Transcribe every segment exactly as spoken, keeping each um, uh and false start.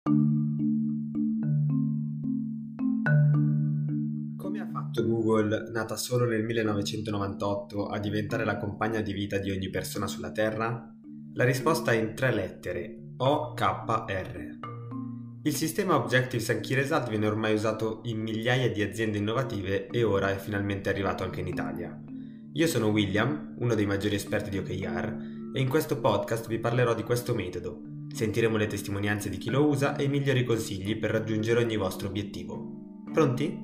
Come ha fatto Google, nata solo nel millenovecentonovantotto, a diventare la compagna di vita di ogni persona sulla Terra? La risposta è in tre lettere, O K R. Il sistema Objective and Key Result viene ormai usato in migliaia di aziende innovative e ora è finalmente arrivato anche in Italia. Io sono William, uno dei maggiori esperti di O K R, e in questo podcast vi parlerò di questo metodo. Sentiremo le testimonianze di chi lo usa e i migliori consigli per raggiungere ogni vostro obiettivo. Pronti?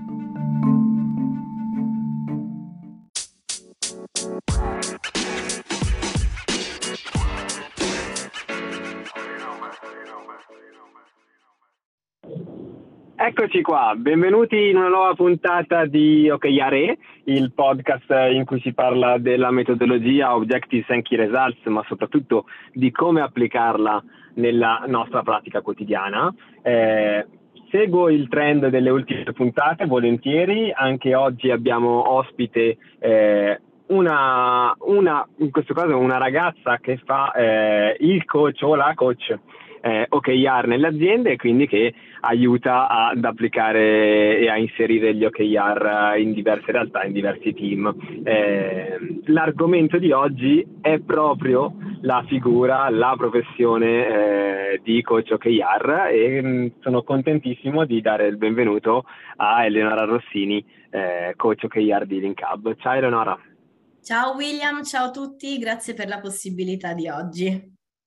Eccoci qua, benvenuti in una nuova puntata di O K R E, il podcast in cui si parla della metodologia Objectives and Key Results, ma soprattutto di come applicarla nella nostra pratica quotidiana. Eh, seguo il trend delle ultime puntate volentieri, anche oggi abbiamo ospite eh, una, una, in questo caso una ragazza che fa eh, il coach o la coach eh, O K R nelle aziende e quindi che aiuta ad applicare e a inserire gli O K R in diverse realtà, in diversi team. Eh, l'argomento di oggi è proprio la figura, la professione eh, di coach O K R e mh, sono contentissimo di dare il benvenuto a Eleonora Rossini, eh, coach O K R di Link Hub. Ciao Eleonora. Ciao William, ciao a tutti, grazie per la possibilità di oggi.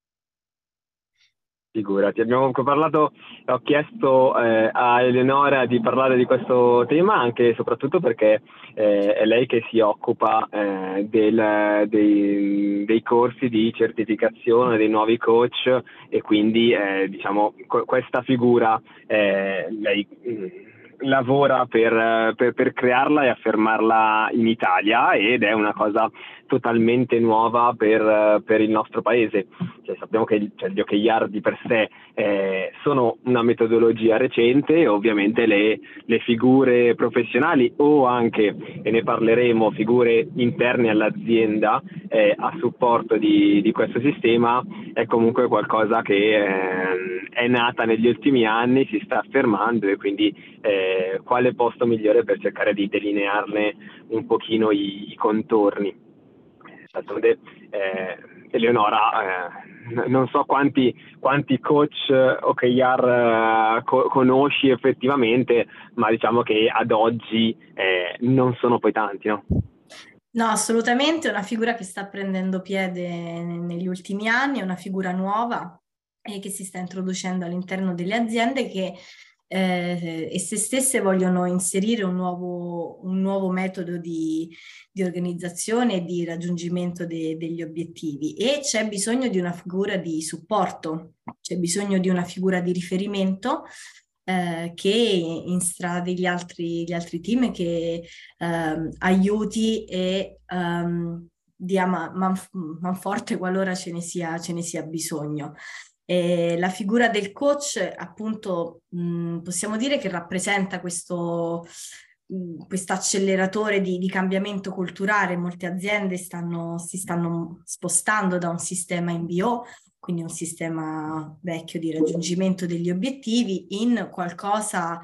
Figurati, abbiamo parlato, ho chiesto eh, a Eleonora di parlare di questo tema anche e soprattutto perché eh, è lei che si occupa eh, del, dei, dei corsi di certificazione dei nuovi coach e quindi eh, diciamo co- questa figura eh, lei mh, lavora per, per, per crearla e affermarla in Italia ed è una cosa totalmente nuova per, per il nostro paese. Cioè, sappiamo che il, cioè, gli O K R di per sé eh, sono una metodologia recente e ovviamente le, le figure professionali o anche, e ne parleremo, figure interne all'azienda eh, a supporto di, di questo sistema è comunque qualcosa che eh, è nata negli ultimi anni, si sta affermando e quindi eh, quale posto migliore per cercare di delinearne un pochino i, i contorni. D'altronde eh, Eleonora, eh, non so quanti, quanti coach O K R eh, co- conosci effettivamente, ma diciamo che ad oggi eh, non sono poi tanti, no? No, assolutamente, è una figura che sta prendendo piede negli ultimi anni, è una figura nuova e che si sta introducendo all'interno delle aziende che eh, esse stesse vogliono inserire un nuovo, un nuovo metodo di, di organizzazione e di raggiungimento de- degli obiettivi e c'è bisogno di una figura di supporto, c'è bisogno di una figura di riferimento eh, che instradi gli altri, gli altri team, che ehm, aiuti e ehm, dia man, man, manforte qualora ce ne sia, ce ne sia bisogno. E la figura del coach, appunto, mh, possiamo dire che rappresenta questo questo acceleratore di, di cambiamento culturale. Molte aziende stanno, si stanno spostando da un sistema M B O, quindi un sistema vecchio di raggiungimento degli obiettivi, in qualcosa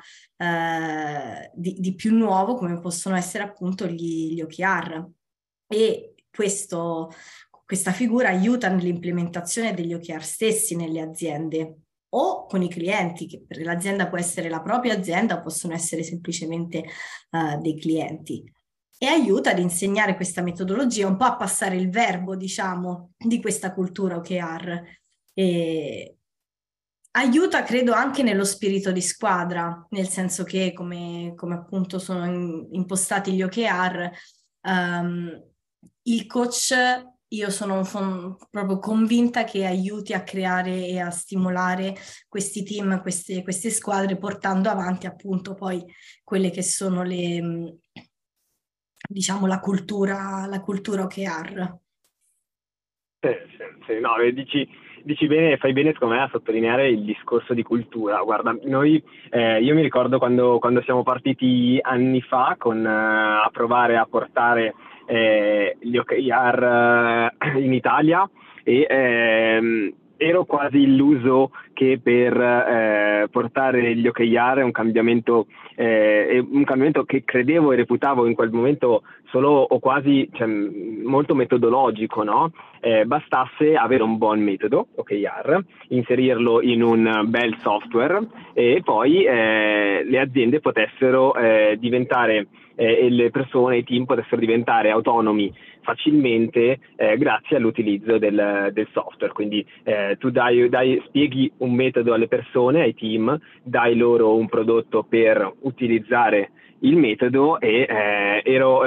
eh, di, di più nuovo come possono essere appunto gli, gli O K R. E questo, questa figura aiuta nell'implementazione degli O K R stessi nelle aziende o con i clienti, che per l'azienda può essere la propria azienda o possono essere semplicemente uh, dei clienti. E aiuta ad insegnare questa metodologia, un po' a passare il verbo, diciamo, di questa cultura O K R. E aiuta, credo, anche nello spirito di squadra, nel senso che, come, come appunto sono in, impostati gli O K R, um, il coach, io sono son proprio convinta che aiuti a creare e a stimolare questi team, queste, queste squadre, portando avanti appunto poi quelle che sono le, diciamo, la cultura, la cultura O K R. Sì, sì, sì, no, dici, dici bene, fai bene secondo me a sottolineare il discorso di cultura. Guarda, noi, eh, io mi ricordo quando, quando siamo partiti anni fa con, eh, a provare a portare eh, gli O K R eh, in Italia e ehm, ero quasi illuso che per eh, portare gli O K R un cambiamento, eh, un cambiamento che credevo e reputavo in quel momento solo o quasi, cioè, molto metodologico, no? Eh, bastasse avere un buon metodo O K R, inserirlo in un bel software e poi eh, le aziende potessero eh, diventare eh, e le persone, i team potessero diventare autonomi facilmente eh, grazie all'utilizzo del, del software. Quindi eh, tu dai, dai, spieghi un metodo alle persone, ai team, dai loro un prodotto per utilizzare il metodo e eh, ero,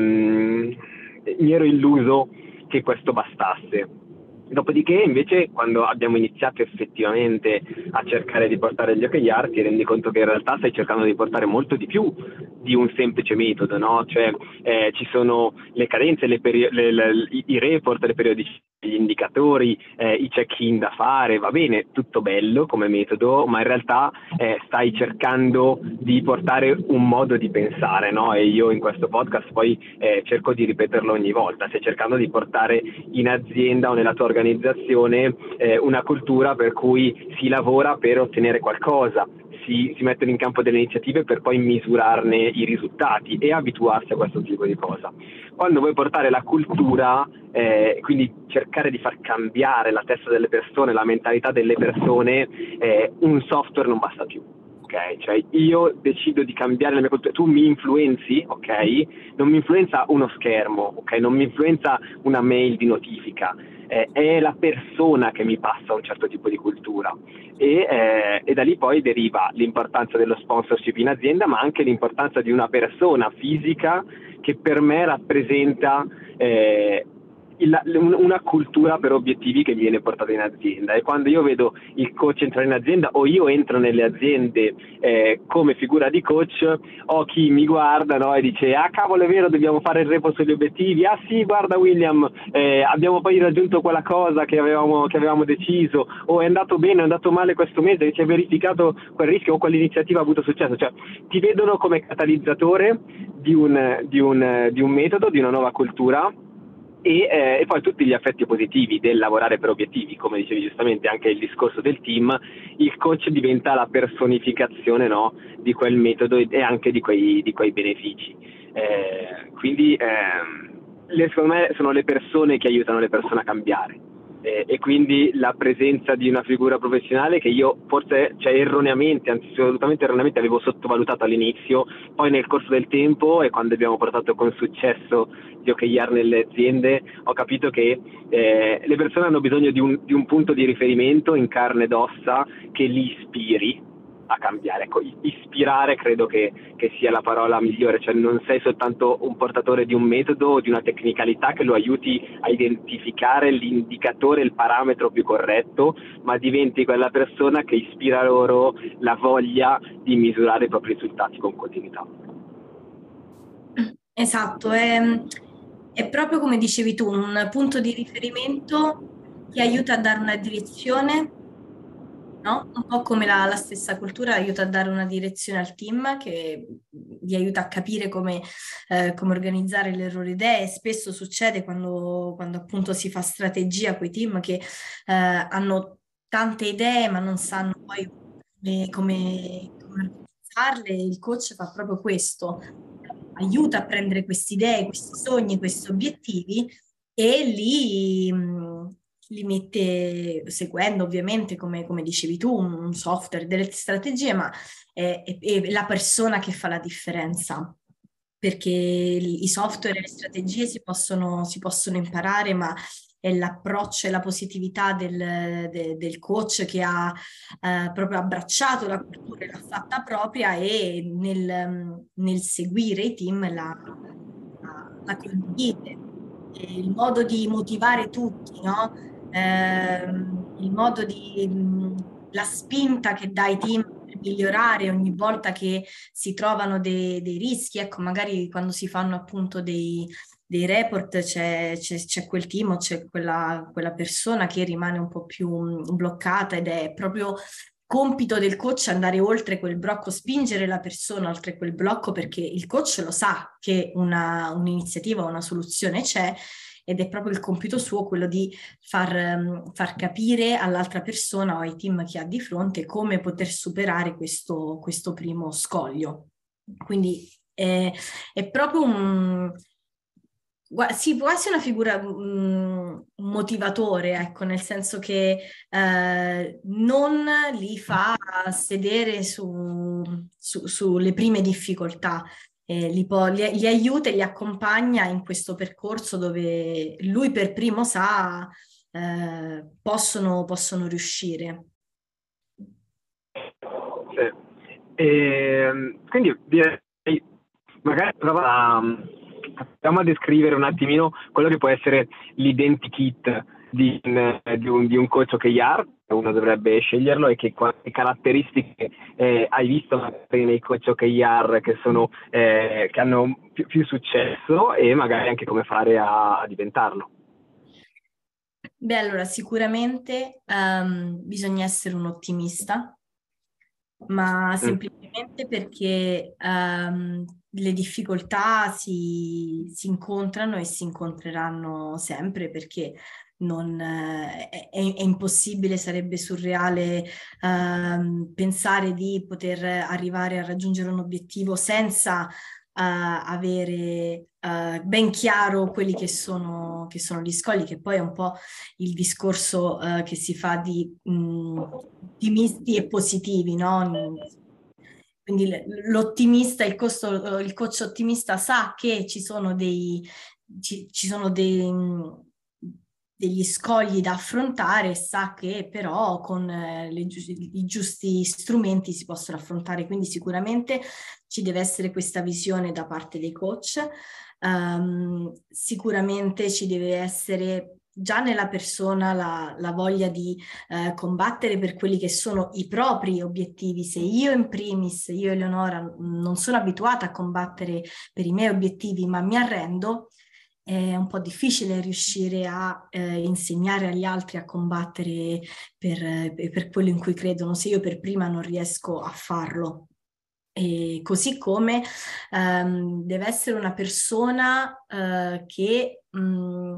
ehm, mi ero illuso che questo bastasse. Dopodiché invece quando abbiamo iniziato effettivamente a cercare di portare gli O K R ti rendi conto che in realtà stai cercando di portare molto di più di un semplice metodo, no? Cioè eh, ci sono le cadenze, le peri- le, le, i report, le periodicità, gli indicatori, eh, i check-in da fare, va bene, tutto bello come metodo, ma in realtà eh, stai cercando di portare un modo di pensare, no? E io in questo podcast poi eh, cerco di ripeterlo ogni volta, stai cercando di portare in azienda o nella tua organizzazione eh, una cultura per cui si lavora per ottenere qualcosa, si, si mettono in campo delle iniziative per poi misurarne i risultati e abituarsi a questo tipo di cosa. Quando vuoi portare la cultura, eh, quindi cercare di far cambiare la testa delle persone, la mentalità delle persone, eh, un software non basta più. Ok, cioè io decido di cambiare la mia cultura, tu mi influenzi, ok? Non mi influenza uno schermo, ok? Non mi influenza una mail di notifica, eh, è la persona che mi passa un certo tipo di cultura e, eh, e da lì poi deriva l'importanza dello sponsorship in azienda, ma anche l'importanza di una persona fisica che per me rappresenta eh, il, una cultura per obiettivi che viene portata in azienda. E quando io vedo il coach entrare in azienda o io entro nelle aziende eh, come figura di coach, ho chi mi guarda, no, e dice ah cavolo è vero, dobbiamo fare il report sugli obiettivi, ah sì guarda William eh, abbiamo poi raggiunto quella cosa che avevamo, che avevamo deciso, o è andato bene, è andato male questo mese, ci è verificato quel rischio o quell'iniziativa ha avuto successo. Cioè ti vedono come catalizzatore di un, di un, di un metodo, di una nuova cultura. E, eh, e poi tutti gli effetti positivi del lavorare per obiettivi, come dicevi giustamente anche il discorso del team, il coach diventa la personificazione, no, di quel metodo e anche di quei, di quei benefici. Eh, quindi eh, le, secondo me sono le persone che aiutano le persone a cambiare. Eh, e quindi la presenza di una figura professionale che io forse, cioè erroneamente, anzi assolutamente erroneamente avevo sottovalutato all'inizio, poi nel corso del tempo e quando abbiamo portato con successo gli O K R nelle aziende ho capito che eh, le persone hanno bisogno di un, di un punto di riferimento in carne ed ossa che li ispiri a cambiare. Ecco, ispirare credo che, che sia la parola migliore, cioè non sei soltanto un portatore di un metodo o di una tecnicalità che lo aiuti a identificare l'indicatore, il parametro più corretto, ma diventi quella persona che ispira loro la voglia di misurare i propri risultati con continuità. Esatto, è, è proprio come dicevi tu, un punto di riferimento che aiuta a dare una direzione, no? Un po' come la, la stessa cultura aiuta a dare una direzione al team che vi aiuta a capire come, eh, come organizzare le loro idee. Spesso succede quando, quando appunto si fa strategia con i team che eh, hanno tante idee ma non sanno poi come, come, come organizzarle. Il coach fa proprio questo, aiuta a prendere queste idee, questi sogni, questi obiettivi e li... mh, li mette seguendo ovviamente, come, come dicevi tu, un software, delle strategie, ma è, è- è la persona che fa la differenza, perché i software e le strategie si possono, si possono imparare, ma è l'approccio e la positività del, de- del coach che ha eh, proprio abbracciato la cultura e l'ha fatta propria e nel, nel seguire i team la, la, la condivide. E il modo di motivare tutti, no? Ehm, il modo di, mh, la spinta che dà ai team per migliorare ogni volta che si trovano dei, dei rischi, ecco, magari quando si fanno appunto dei, dei report c'è, c'è- c'è quel team o c'è quella, quella persona che rimane un po' più mh, bloccata ed è proprio compito del coach andare oltre quel blocco, spingere la persona oltre quel blocco perché il coach lo sa che una, un'iniziativa, una soluzione c'è ed è proprio il compito suo quello di far, ehm, far capire all'altra persona o ai team che ha di fronte come poter superare questo, questo primo scoglio. Quindi è, è proprio un... gua- Sì, può essere una figura, mm, un motivatore, ecco, nel senso che eh, non li fa sedere su, su- sulle prime difficoltà, eh, li, po- li- li aiuta e li accompagna in questo percorso dove lui per primo sa eh, possono, possono riuscire. Sì. E, quindi direi, magari prova a, proviamo a descrivere un attimino quello che può essere l'identikit di un, di un, di un coach O K R. Uno dovrebbe sceglierlo, e che quali caratteristiche eh, hai visto magari nei coach O K R che, sono, eh, che hanno più, più successo, e magari anche come fare a, a diventarlo. Beh, allora sicuramente ehm, bisogna essere un ottimista, ma Mm. semplicemente perché ehm, le difficoltà si, si incontrano e si incontreranno sempre, perché non, eh, è, è impossibile, sarebbe surreale ehm, pensare di poter arrivare a raggiungere un obiettivo senza eh, avere eh, ben chiaro quelli che sono, che sono gli scogli, che poi è un po' il discorso eh, che si fa di mh, ottimisti e positivi, no? Quindi l- l'ottimista, il, costo- il coach ottimista sa che ci sono dei, ci, ci sono dei, mh, degli scogli da affrontare, e sa che però con eh, le giu- i giusti strumenti si possono affrontare. Quindi sicuramente ci deve essere questa visione da parte dei coach. Um, sicuramente ci deve essere già nella persona la, la voglia di eh, combattere per quelli che sono i propri obiettivi. Se io in primis, io Eleonora, non sono abituata a combattere per i miei obiettivi, ma mi arrendo, è un po' difficile riuscire a eh, insegnare agli altri a combattere per, per quello in cui credono, se io per prima non riesco a farlo. E così come ehm, deve essere una persona eh, che mh,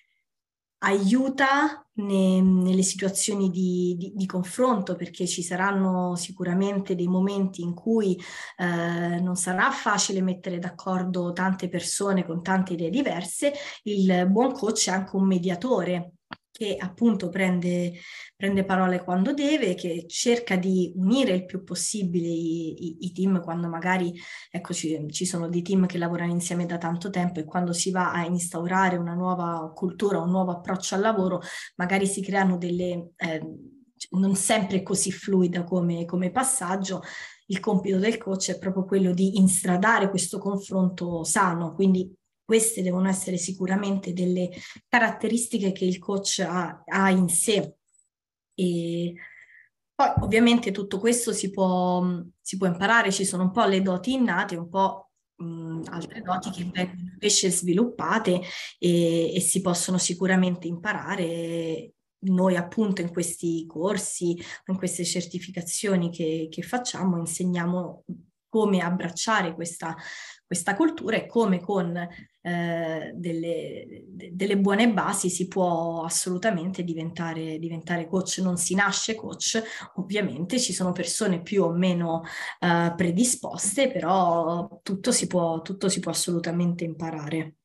aiuta ne- nelle situazioni di, di- di confronto, perché ci saranno sicuramente dei momenti in cui eh, non sarà facile mettere d'accordo tante persone con tante idee diverse. Il buon coach è anche un mediatore che appunto prende, prende parole quando deve, che cerca di unire il più possibile i, i- i team quando magari, ecco, ci, ci sono dei team che lavorano insieme da tanto tempo, e quando si va a instaurare una nuova cultura, un nuovo approccio al lavoro, magari si creano delle... Eh, non sempre così fluida come, come passaggio. Il compito del coach è proprio quello di instradare questo confronto sano, quindi queste devono essere sicuramente delle caratteristiche che il coach ha, ha in sé. E poi ovviamente tutto questo si può, si può imparare, ci sono un po' le doti innate, un po' mh, altre doti che vengono invece sviluppate e, e si possono sicuramente imparare. Noi appunto in questi corsi, in queste certificazioni che, che facciamo, insegniamo come abbracciare questa, questa cultura e come con eh, delle, de- delle buone basi si può assolutamente diventare, diventare coach. Non si nasce coach, ovviamente ci sono persone più o meno eh, predisposte, però tutto si può, tutto si può assolutamente imparare.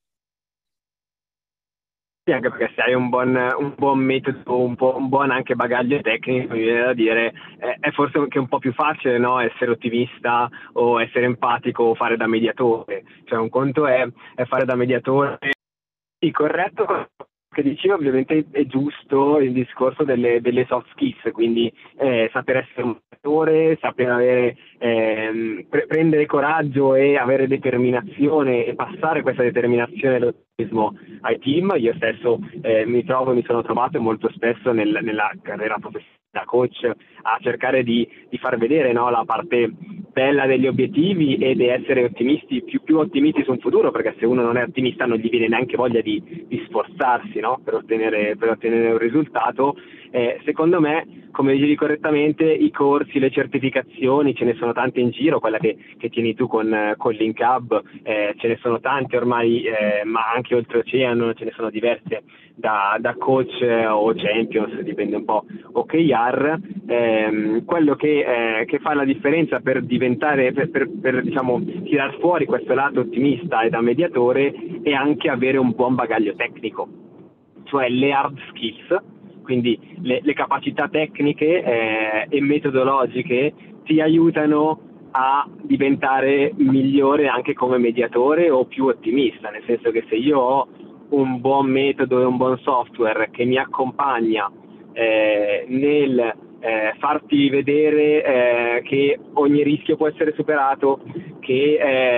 Sì, anche perché se hai un buon, un buon metodo, un, po', un buon anche bagaglio tecnico, mi viene da dire, eh, è forse anche un po' più facile, no? Essere ottimista o essere empatico o fare da mediatore. Cioè un conto è, è fare da mediatore. Sì, corretto, che dicevo ovviamente è giusto il discorso delle, delle soft skills, quindi eh, saper essere un attore, saper avere, ehm, pre- prendere coraggio e avere determinazione e passare questa determinazione e l'ottimismo ai team. Io stesso eh, mi trovo, mi sono trovato molto spesso nel- nella carriera professionale da coach a cercare di, di far vedere, no, la parte bella degli obiettivi e di essere ottimisti, più, più ottimisti sul futuro, perché se uno non è ottimista non gli viene neanche voglia di, di sforzarsi, no, per ottenere, per ottenere un risultato. Eh, secondo me, come dicevi correttamente, i corsi, le certificazioni, ce ne sono tante in giro, quella che, che tieni tu con, con Link Hub, eh, ce ne sono tante ormai, eh, ma anche oltreoceano ce ne sono diverse, da, da coach eh, o champions, dipende un po', o K R. Ehm, quello che, eh, che fa la differenza per diventare, per, per, per diciamo, tirar fuori questo lato ottimista e da mediatore è anche avere un buon bagaglio tecnico, cioè le hard skills, quindi le, le capacità tecniche eh, e metodologiche ti aiutano a diventare migliore anche come mediatore o più ottimista, nel senso che se io ho un buon metodo e un buon software che mi accompagna eh, nel eh, farti vedere eh, che ogni rischio può essere superato, che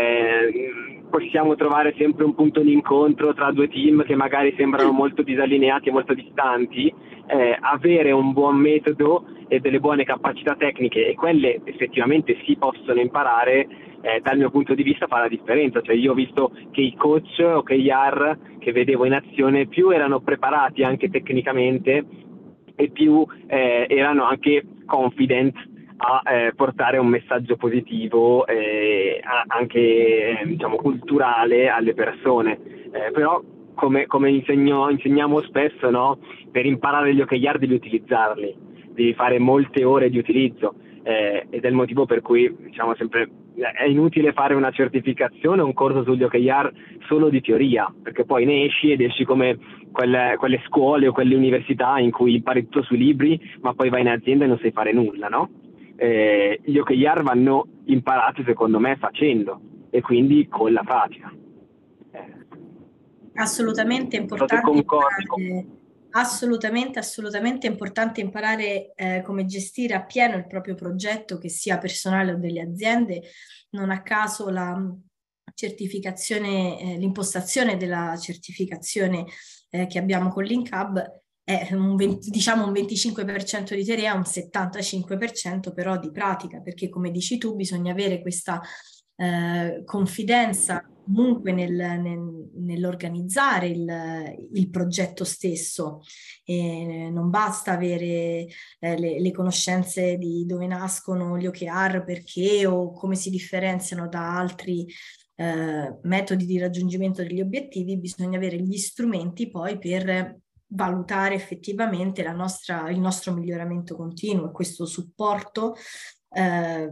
eh, possiamo trovare sempre un punto di incontro tra due team che magari sembrano molto disallineati e molto distanti, eh, avere un buon metodo e delle buone capacità tecniche, e quelle effettivamente si possono imparare, eh, dal mio punto di vista fa la differenza. Cioè io ho visto che i coach o che gli A R che vedevo in azione più erano preparati anche tecnicamente e più eh, erano anche confident a eh, portare un messaggio positivo eh, a, anche eh, diciamo culturale alle persone. Eh, però come, come insegno, insegniamo spesso, no? Per imparare gli O K R devi utilizzarli, devi fare molte ore di utilizzo, eh, ed è il motivo per cui diciamo sempre è inutile fare una certificazione o un corso sugli O K R solo di teoria, perché poi ne esci ed esci come quelle, quelle scuole o quelle università in cui impari tutto sui libri, ma poi vai in azienda e non sai fare nulla, no? Eh, gli O K R vanno imparati secondo me facendo, e quindi con la pratica. Eh, Assolutamente non so se importante concordi. imparare, assolutamente, assolutamente importante imparare eh, come gestire appieno il proprio progetto, che sia personale o delle aziende. Non a caso la certificazione, eh, l'impostazione della certificazione eh, che abbiamo con Link Hub è un venti, diciamo un venticinque per cento di teoria, un settantacinque per cento però di pratica, perché come dici tu bisogna avere questa eh, confidenza comunque nel, nel, nell'organizzare il, il progetto stesso. E non basta avere eh, le, le conoscenze di dove nascono gli O K R, perché o come si differenziano da altri eh, metodi di raggiungimento degli obiettivi. Bisogna avere gli strumenti poi per valutare effettivamente la nostra, il nostro miglioramento continuo, e questo supporto eh,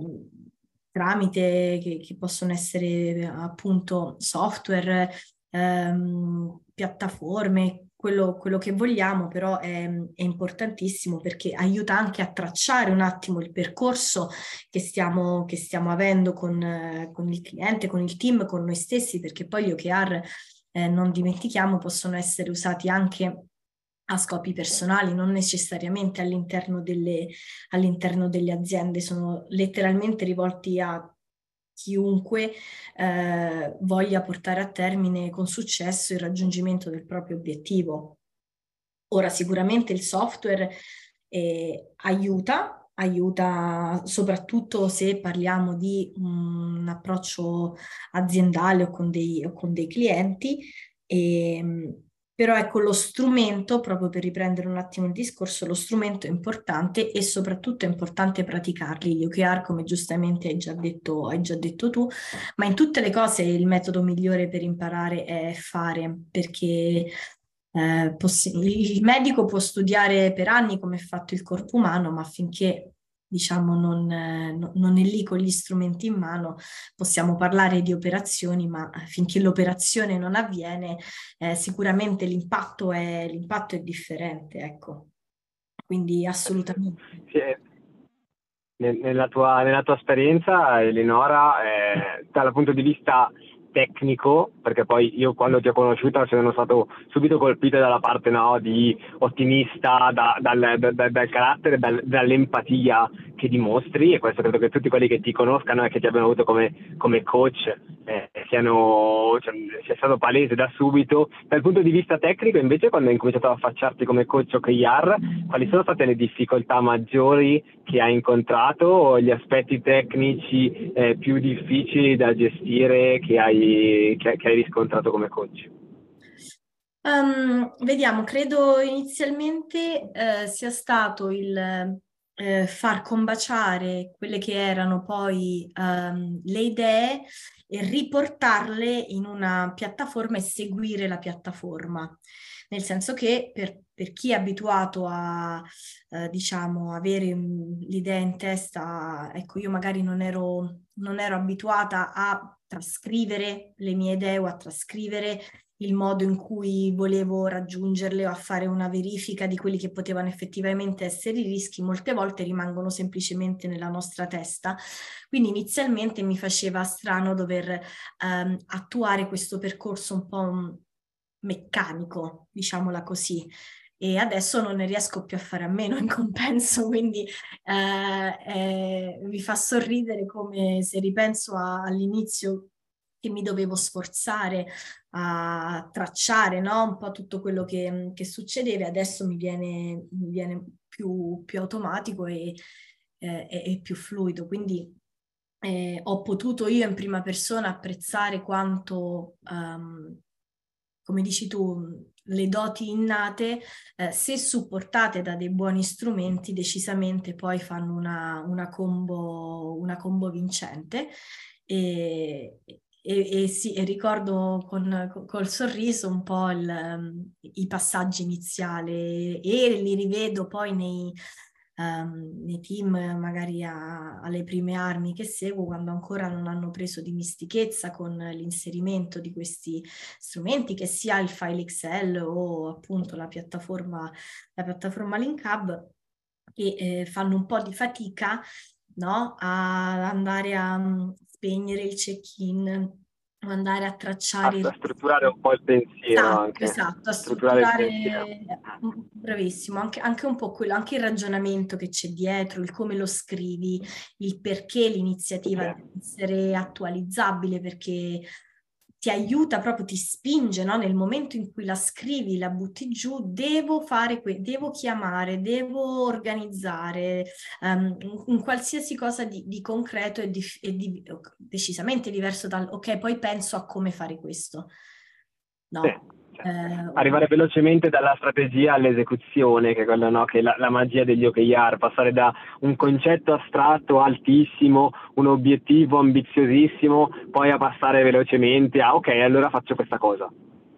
tramite che, che possono essere appunto software, ehm, piattaforme, quello, quello che vogliamo, però è, è importantissimo perché aiuta anche a tracciare un attimo il percorso che stiamo, che stiamo avendo con, eh, con il cliente, con il team, con noi stessi, perché poi gli O K R, eh, non dimentichiamo, possono essere usati anche a scopi personali, non necessariamente all'interno delle, all'interno delle aziende, sono letteralmente rivolti a chiunque eh, voglia portare a termine con successo il raggiungimento del proprio obiettivo. Ora, sicuramente il software eh, aiuta, aiuta soprattutto se parliamo di un approccio aziendale o con dei, o con dei clienti, e, però ecco, lo strumento, proprio per riprendere un attimo il discorso, lo strumento è importante e soprattutto è importante praticarli. Gli O K R, come giustamente hai già detto, hai già detto tu, ma in tutte le cose il metodo migliore per imparare è fare, perché eh, il medico può studiare per anni come è fatto il corpo umano, ma finché diciamo non, eh, non è lì con gli strumenti in mano, possiamo parlare di operazioni, ma finché l'operazione non avviene, eh, sicuramente l'impatto è, l'impatto è differente, ecco. Quindi assolutamente. Sì, nella tua, nella tua esperienza, Eleonora, eh, dal punto di vista tecnico, perché poi io quando ti ho conosciuta sono stato subito colpito dalla parte, no, di ottimista, da, dal, da, dal carattere, dal, dall'empatia che dimostri, e questo credo che tutti quelli che ti conoscano e che ti abbiano avuto come, come coach eh, siano, cioè, sia stato palese da subito. Dal punto di vista tecnico invece, quando hai incominciato a affacciarti come coach O K R, quali sono state le difficoltà maggiori che hai incontrato, o gli aspetti tecnici eh, più difficili da gestire che hai, che, che hai riscontrato come coach? Um, vediamo, credo inizialmente eh, sia stato il eh, far combaciare quelle che erano poi ehm, le idee e riportarle in una piattaforma e seguire la piattaforma. Nel senso che per, per chi è abituato a, eh, diciamo, avere mm, l'idea in testa, ecco, io magari non ero, non ero abituata a trascrivere le mie idee o a trascrivere il modo in cui volevo raggiungerle o a fare una verifica di quelli che potevano effettivamente essere i rischi, molte volte rimangono semplicemente nella nostra testa. Quindi inizialmente mi faceva strano dover ehm, attuare questo percorso un po' meccanico, diciamola così. E adesso non ne riesco più a fare a meno in compenso, quindi eh, eh, mi fa sorridere come se ripenso a, all'inizio che mi dovevo sforzare a tracciare, no? Un po' tutto quello che, che succedeva, adesso mi viene, mi viene più, più automatico e, eh, e, e più fluido. Quindi eh, ho potuto io in prima persona apprezzare quanto, um, come dici tu, le doti innate, eh, se supportate da dei buoni strumenti, decisamente poi fanno una, una combo, una combo vincente. E, e, e sì, e ricordo con, con- col sorriso un po' il, um, i passaggi iniziali e li rivedo poi nei, um, nei team, magari a- alle prime armi che seguo, quando ancora non hanno preso dimestichezza con l'inserimento di questi strumenti, che sia il file Excel o appunto la piattaforma, la piattaforma LinkHub, che eh, fanno un po' di fatica, no? A andare a mm, spegnere il check-in, o andare a A, tracciare i a strutturare rischi. un po' il pensiero Esatto, anche, esatto, a strutturare il pensiero. strutturare, mm, bravissimo, anche, anche un po' quello, anche il ragionamento che c'è dietro, il come lo scrivi, il perché l'iniziativa Sì. deve essere attualizzabile, perché ti aiuta proprio, ti spinge, no? Nel momento in cui la scrivi, la butti giù, devo fare, que- devo chiamare, devo organizzare, um, un, un qualsiasi cosa di, di concreto e, di, e di, decisamente diverso dal, ok, poi penso a come fare questo. Sì, No. sì. Eh, Arrivare velocemente dalla strategia all'esecuzione, che è quella, no, che è la, la magia degli O K R, passare da un concetto astratto altissimo, un obiettivo ambiziosissimo, poi a passare velocemente a ok, allora faccio questa cosa.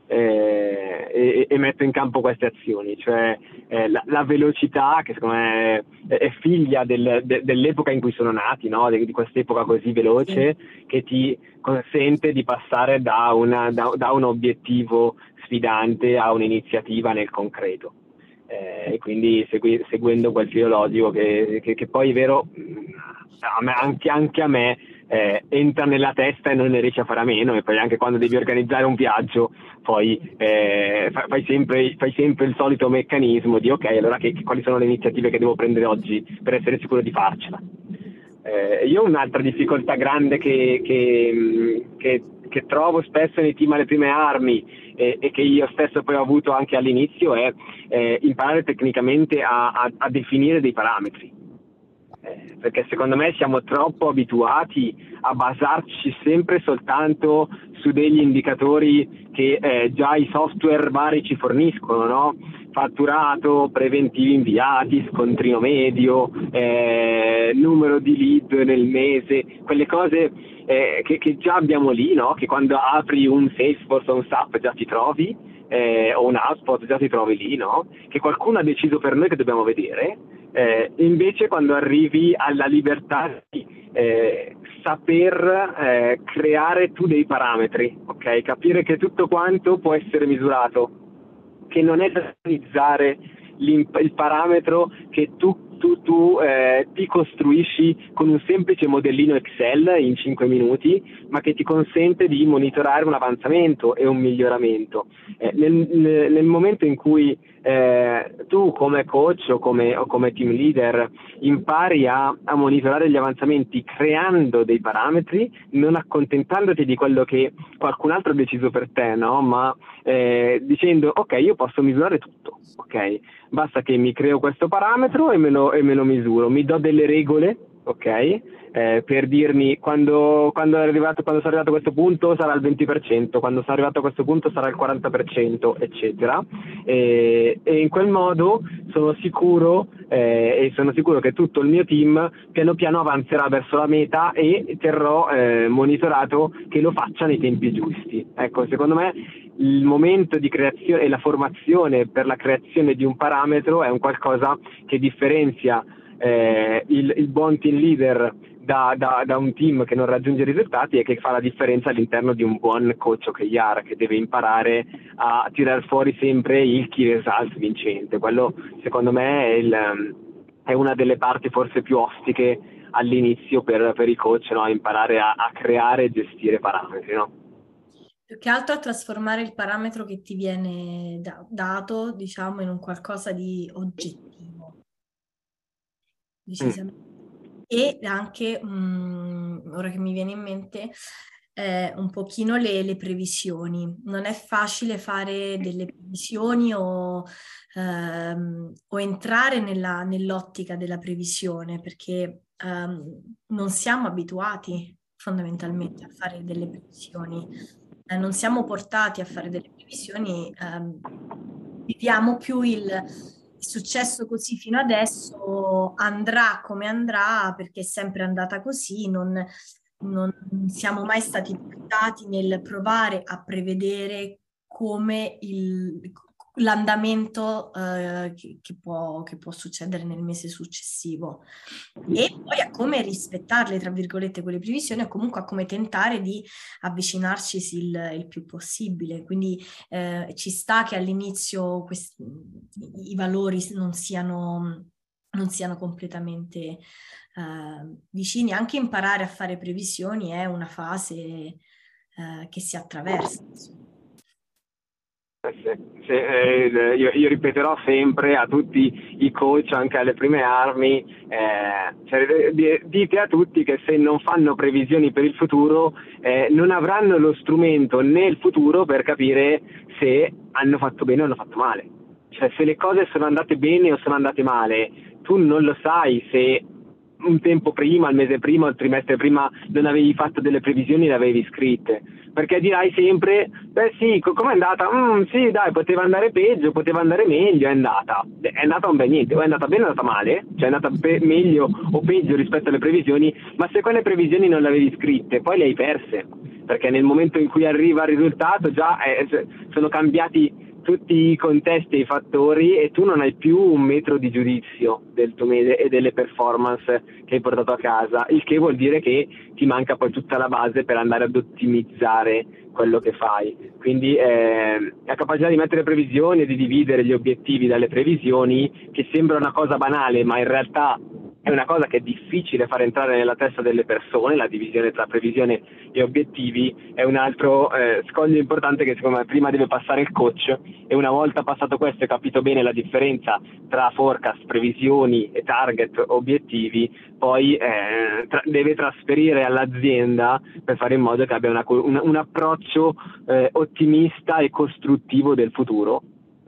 Eh, e, e metto in campo queste azioni, cioè eh, la, la velocità che secondo me è, è figlia del, de, dell'epoca in cui sono nati, no? di, di quest'epoca così sì, veloce che ti consente di passare da, una, da, da un obiettivo sfidante a un'iniziativa nel concreto. Eh, e quindi segui, seguendo quel filo logico che, che, che poi è vero, a me, anche, anche a me eh, entra nella testa e non ne riesci a fare a meno, e poi anche quando devi organizzare un viaggio poi eh, fai, fai, sempre, fai sempre il solito meccanismo di ok, allora che, quali sono le iniziative che devo prendere oggi per essere sicuro di farcela. Eh, io un'altra difficoltà grande che, che, che, che trovo spesso nei team alle prime armi eh, e che io stesso poi ho avuto anche all'inizio è eh, imparare tecnicamente a, a, a definire dei parametri. Eh, perché secondo me siamo troppo abituati a basarci sempre soltanto su degli indicatori che eh, già i software vari ci forniscono, no? Fatturato, preventivi inviati, scontrino medio, eh, numero di lead nel mese, quelle cose eh, che, che già abbiamo lì, no? Che quando apri un Salesforce o un SAP già ti trovi, eh, o un HubSpot già ti trovi lì, no? Che qualcuno ha deciso per noi che dobbiamo vedere. Eh, invece quando arrivi alla libertà di eh, saper eh, creare tu dei parametri, ok? Capire che tutto quanto può essere misurato, che non è da utilizzare il parametro che tu, tu, tu eh, ti costruisci con un semplice modellino Excel in cinque minuti, ma che ti consente di monitorare un avanzamento e un miglioramento. Eh, nel, nel momento in cui eh, tu come coach o come, o come team leader impari a, a monitorare gli avanzamenti creando dei parametri, non accontentandoti di quello che qualcun altro ha deciso per te, no? Ma eh, dicendo ok, io posso misurare tutto, ok? Basta che mi creo questo parametro e me lo, e me lo misuro, mi do delle regole ok? Eh, per dirmi quando, quando, è arrivato, quando sono arrivato a questo punto sarà il venti per cento, quando sono arrivato a questo punto sarà il quaranta per cento, eccetera. E, e in quel modo sono sicuro, eh, e sono sicuro che tutto il mio team piano piano avanzerà verso la meta e terrò eh, monitorato che lo faccia nei tempi giusti. Ecco, secondo me il momento di creazione e la formazione per la creazione di un parametro è un qualcosa che differenzia eh, il, il buon team leader da, da, da un team che non raggiunge i risultati e che fa la differenza all'interno di un buon coach o K R che deve imparare a tirar fuori sempre il key result vincente. Quello secondo me è, il, è una delle parti forse più ostiche all'inizio per, per i coach, no? Imparare a, a creare e gestire parametri, no? Più che altro a trasformare il parametro che ti viene da- dato, diciamo, in un qualcosa di oggettivo, Mm. decisamente. E anche, mm, ora che mi viene in mente, eh, un pochino le, le previsioni. Non è facile fare delle previsioni o, ehm, o entrare nella- nell'ottica della previsione perché ehm, non siamo abituati fondamentalmente a fare delle previsioni. Eh, non siamo portati a fare delle previsioni, ehm, viviamo più il, il successo così fino adesso, andrà come andrà perché è sempre andata così, non, non siamo mai stati portati nel provare a prevedere come il- l'andamento eh, che, che può, che può succedere nel mese successivo e poi a come rispettarle, tra virgolette, quelle previsioni o comunque a come tentare di avvicinarci il, il più possibile. Quindi eh, ci sta che all'inizio questi, i valori non siano, non siano completamente eh, vicini. Anche imparare a fare previsioni è una fase eh, che si attraversa. Eh sì, sì, eh, io, io ripeterò sempre a tutti i coach, anche alle prime armi, eh, cioè, di- dite a tutti che se non fanno previsioni per il futuro eh, non avranno lo strumento nel futuro per capire se hanno fatto bene o hanno fatto male. Cioè se le cose sono andate bene o sono andate male, tu non lo sai se un tempo prima, il mese prima, il trimestre prima non avevi fatto delle previsioni e le avevi scritte, perché dirai sempre, beh sì, co- com'è andata? Mm, sì, dai, poteva andare peggio, poteva andare meglio, è andata. Beh, è andata un bel niente, o è andata bene o è andata male, cioè è andata pe- meglio o peggio rispetto alle previsioni, ma se quelle previsioni non le avevi scritte, poi le hai perse, perché nel momento in cui arriva il risultato già eh, sono cambiati tutti i contesti e i fattori e tu non hai più un metro di giudizio del tuo mese e delle performance che hai portato a casa, il che vuol dire che ti manca poi tutta la base per andare ad ottimizzare quello che fai. Quindi eh, la capacità di mettere previsioni e di dividere gli obiettivi dalle previsioni, che sembra una cosa banale, ma in realtà è una cosa che è difficile far entrare nella testa delle persone, la divisione tra previsione e obiettivi, è un altro eh, scoglio importante che secondo me prima deve passare il coach, e una volta passato questo e capito bene la differenza tra forecast, previsioni e target, obiettivi, poi eh, tra- deve trasferire all'azienda per fare in modo che abbia una, un, un approccio eh, ottimista e costruttivo del futuro,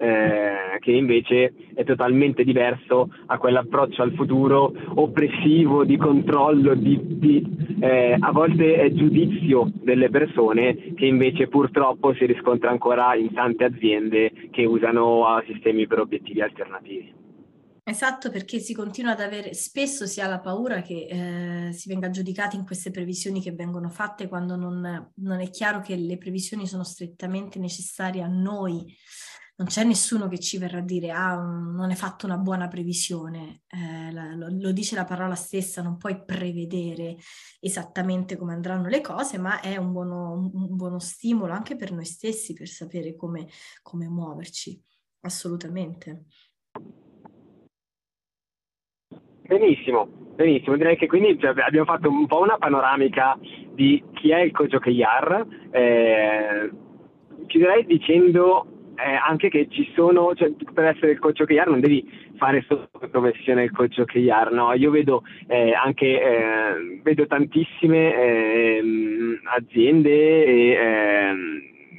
eh, che invece è totalmente diverso a quell'approccio al futuro oppressivo, di controllo, di, di eh, a volte è giudizio delle persone, che invece purtroppo si riscontra ancora in tante aziende che usano uh, sistemi per obiettivi alternativi. Esatto, perché si continua ad avere, spesso si ha la paura che eh, si venga giudicati in queste previsioni che vengono fatte quando non, non è chiaro che le previsioni sono strettamente necessarie a noi. Non c'è nessuno che ci verrà a dire, ah, non hai fatto una buona previsione. Eh, la- lo, lo dice la parola stessa, non puoi prevedere esattamente come andranno le cose, ma è un buono, un buono stimolo anche per noi stessi per sapere come, come muoverci. Assolutamente. Benissimo, benissimo, direi che quindi cioè, abbiamo fatto un po' una panoramica di chi è il coach O K R, eh, chiuderei dicendo eh, anche che ci sono, cioè, per essere il coach O K R non devi fare solo come professione il coach O K R, no? Io vedo eh, anche, eh, vedo tantissime eh, aziende e ehm,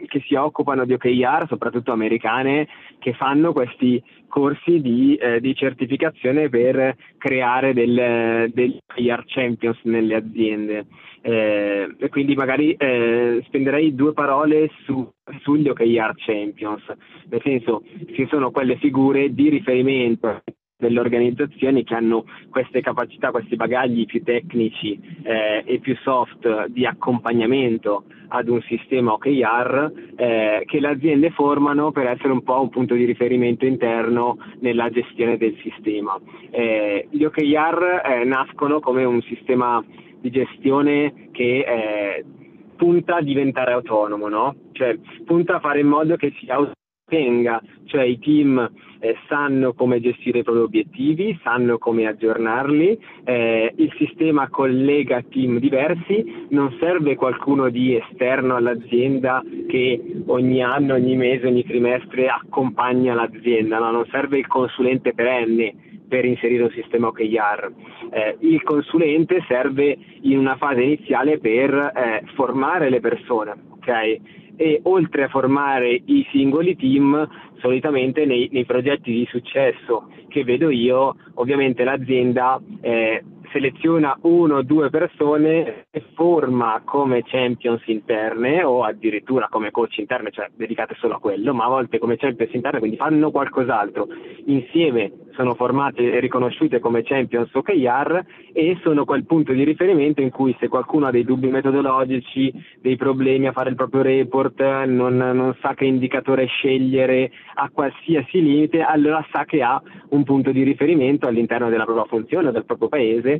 che si occupano di O K R, soprattutto americane, che fanno questi corsi di, eh, di certificazione per creare del, degli O K R champions nelle aziende. Eh, e quindi magari eh, spenderei due parole su, sugli O K R champions, nel senso che sono quelle figure di riferimento delle organizzazioni che hanno queste capacità, questi bagagli più tecnici eh, e più soft di accompagnamento ad un sistema O K R eh, che le aziende formano per essere un po' un punto di riferimento interno nella gestione del sistema. Eh, gli O K R eh, nascono come un sistema di gestione che eh, punta a diventare autonomo, no? Cioè punta a fare in modo che si autotenga, cioè i team eh, sanno come gestire i propri obiettivi, sanno come aggiornarli, eh, il sistema collega team diversi, non serve qualcuno di esterno all'azienda che ogni anno, ogni mese, ogni trimestre accompagna l'azienda, no? Non serve il consulente perenne per inserire un sistema O K R. Eh, il consulente serve in una fase iniziale per eh, formare le persone, ok? E oltre a formare i singoli team, solitamente nei, nei progetti di successo che vedo io, ovviamente l'azienda eh, seleziona uno o due persone e forma come champions interne o addirittura come coach interne, cioè dedicate solo a quello, ma a volte come champions interne, quindi fanno qualcos'altro. Insieme sono formate e riconosciute come champions O K R e sono quel punto di riferimento in cui se qualcuno ha dei dubbi metodologici, dei problemi a fare il proprio report, non, non sa che indicatore scegliere a qualsiasi limite, allora sa che ha un punto di riferimento all'interno della propria funzione o del proprio paese,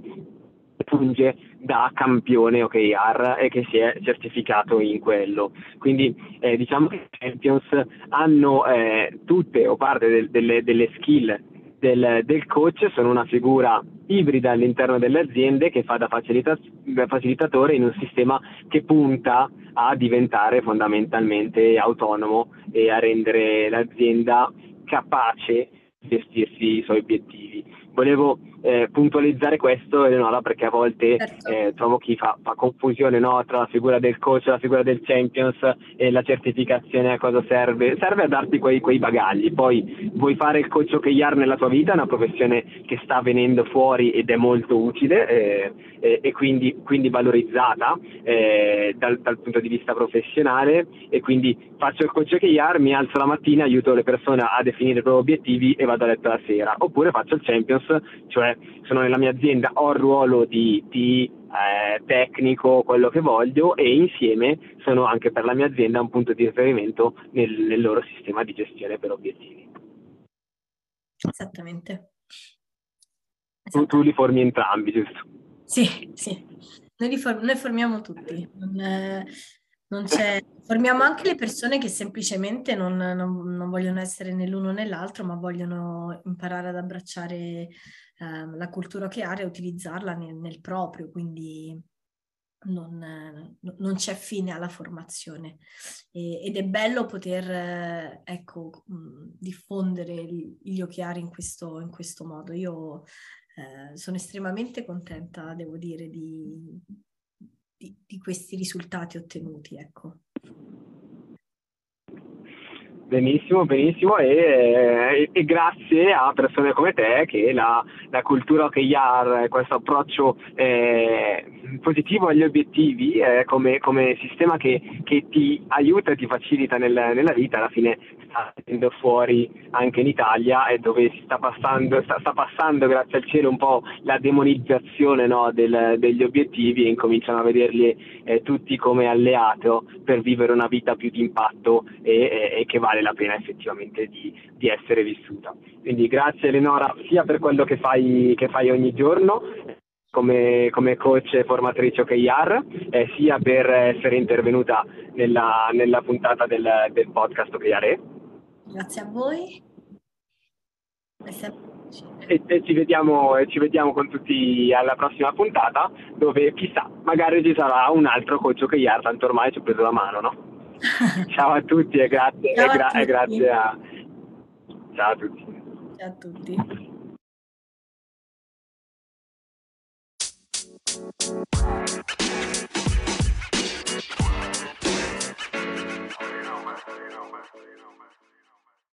funge da campione O K R e che si è certificato in quello. Quindi eh, diciamo che i champions hanno eh, tutte o parte del, delle, delle skill del, del coach, sono una figura ibrida all'interno delle aziende che fa da, facilita- da facilitatore in un sistema che punta a diventare fondamentalmente autonomo e a rendere l'azienda capace di gestirsi i suoi obiettivi. Volevo eh, puntualizzare questo, Eleonora, perché a volte Certo. eh, trovo chi fa, fa confusione, no, tra la figura del coach e la figura del champions e la certificazione a cosa serve. Serve a darti quei, quei bagagli. Poi vuoi fare il coach O K R nella tua vita, è una professione che sta venendo fuori ed è molto utile eh, eh, e quindi, quindi valorizzata eh, dal, dal punto di vista professionale, e quindi faccio il coach O K R, mi alzo la mattina, aiuto le persone a definire i propri obiettivi e vado a letto la sera. Oppure faccio il champions, cioè sono nella mia azienda, ho il ruolo di, di eh, tecnico, quello che voglio, e insieme sono anche per la mia azienda un punto di riferimento nel, nel loro sistema di gestione per obiettivi. Esattamente. Tu, tu li formi entrambi, giusto? Sì, sì. Noi, li for- noi formiamo tutti. Non, eh, non c'è... Formiamo anche le persone che semplicemente non, non- non vogliono essere né l'uno né l'altro, ma vogliono imparare ad abbracciare ehm, la cultura che ha e utilizzarla nel, nel proprio, quindi non, eh, non c'è fine alla formazione. E- ed è bello poter eh, ecco, mh, diffondere gli gli O K R in questo, in questo modo. Io eh, sono estremamente contenta, devo dire, di, di- di questi risultati ottenuti, ecco. Benissimo, benissimo, e, e- e grazie a persone come te che la, la cultura O K R, questo approccio eh, positivo agli obiettivi eh, come, come sistema che, che ti aiuta e ti facilita nel- nella vita, alla fine sta venendo fuori anche in Italia, e dove si sta passando, sta, sta passando grazie al cielo un po' la demonizzazione, no, del- degli obiettivi, e incominciano a vederli eh, tutti come alleato per vivere una vita più di impatto e, e- e che vale la pena effettivamente di, di essere vissuta. Quindi grazie Eleonora sia per quello che fai, che fai ogni giorno come, come coach e formatrice O K R, eh, sia per essere intervenuta nella, nella puntata del, del podcast O K R. Grazie a voi. È sempre un piacere. E, e ci vediamo, e ci vediamo con tutti alla prossima puntata, dove chissà, magari ci sarà un altro coach O K R, tanto ormai ci ho preso la mano, no? Ciao a tutti e grazie, Ciao e a gra- e tutti. grazie a... Ciao a tutti. Ciao a tutti.